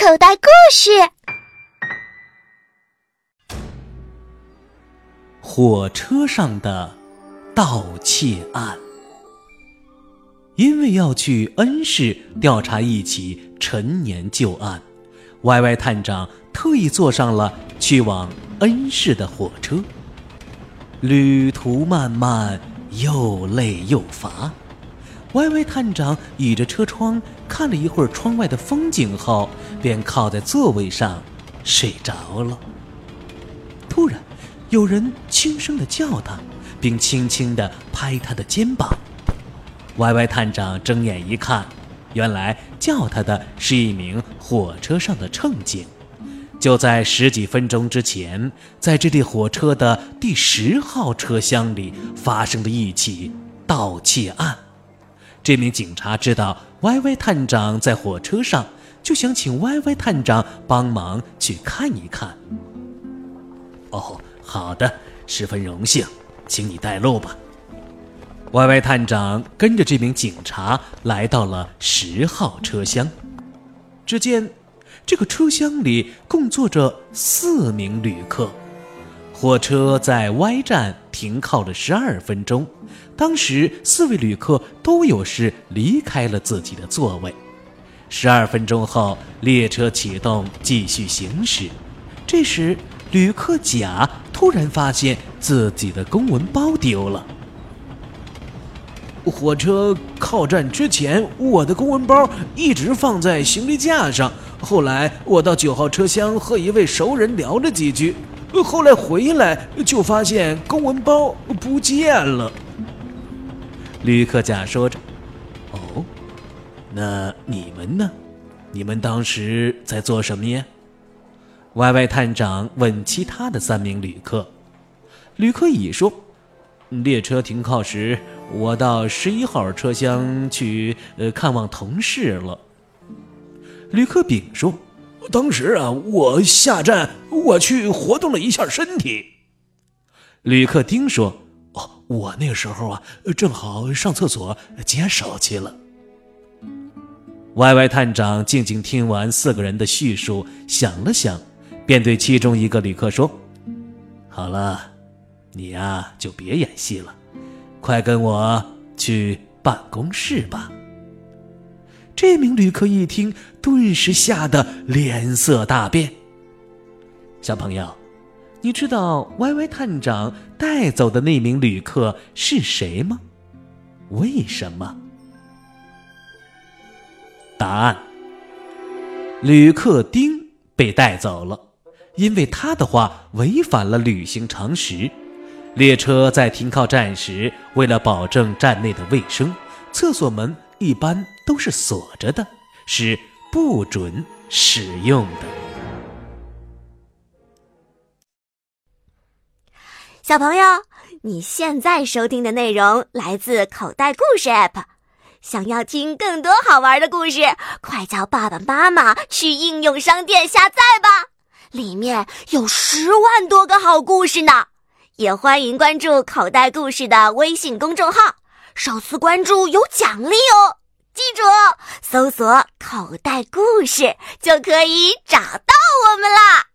口袋故事。 火车上的盗窃案。因为要去恩市调查一起陈年旧案，歪歪探长特意坐上了去往恩市的火车。旅途漫漫，又累又乏，歪歪探长倚着车窗看了一会儿窗外的风景后，便靠在座位上睡着了。突然有人轻声地叫他，并轻轻地拍他的肩膀。歪歪探长睁眼一看，原来叫他的是一名火车上的乘警。就在10几分钟之前，在这列火车的第10号车厢里发生了一起盗窃案。这名警察知道歪歪探长在火车上，就想请歪歪探长帮忙去看一看。哦，好的，十分荣幸，请你带路吧。歪歪探长跟着这名警察来到了10号车厢。只见这个车厢里共坐着4名旅客。火车在 Y 站停靠了12分钟，当时4位旅客都有事离开了自己的座位。12分钟后，列车启动继续行驶。这时旅客甲突然发现自己的公文包丢了。火车靠站之前，我的公文包一直放在行李架上，后来我到9号车厢和一位熟人聊了几句，后来回来就发现公文包不见了。旅客甲说着。哦，那你们呢？你们当时在做什么呀？歪歪探长问其他的3名旅客。旅客乙说，列车停靠时，我到11号车厢去看望同事了。旅客丙说，当时我下站，我去活动了一下身体。旅客丁说，我那个时候正好上厕所解手去了。歪歪探长静静听完4个人的叙述，想了想，便对其中一个旅客说，好了，你就别演戏了，快跟我去办公室吧。这名旅客一听，顿时吓得脸色大变。小朋友，你知道歪歪探长带走的那名旅客是谁吗？为什么？答案：旅客丁被带走了，因为他的话违反了旅行常识。列车在停靠站时，为了保证站内的卫生，厕所门一般都是锁着的，是不准使用的。 小朋友，你现在收听的内容来自口袋故事 App。 想要听更多好玩的故事，快叫爸爸妈妈去应用商店下载吧，里面有10万多个好故事呢。也欢迎关注口袋故事的微信公众号，首次关注有奖励哦。记住，搜索口袋故事就可以找到我们啦。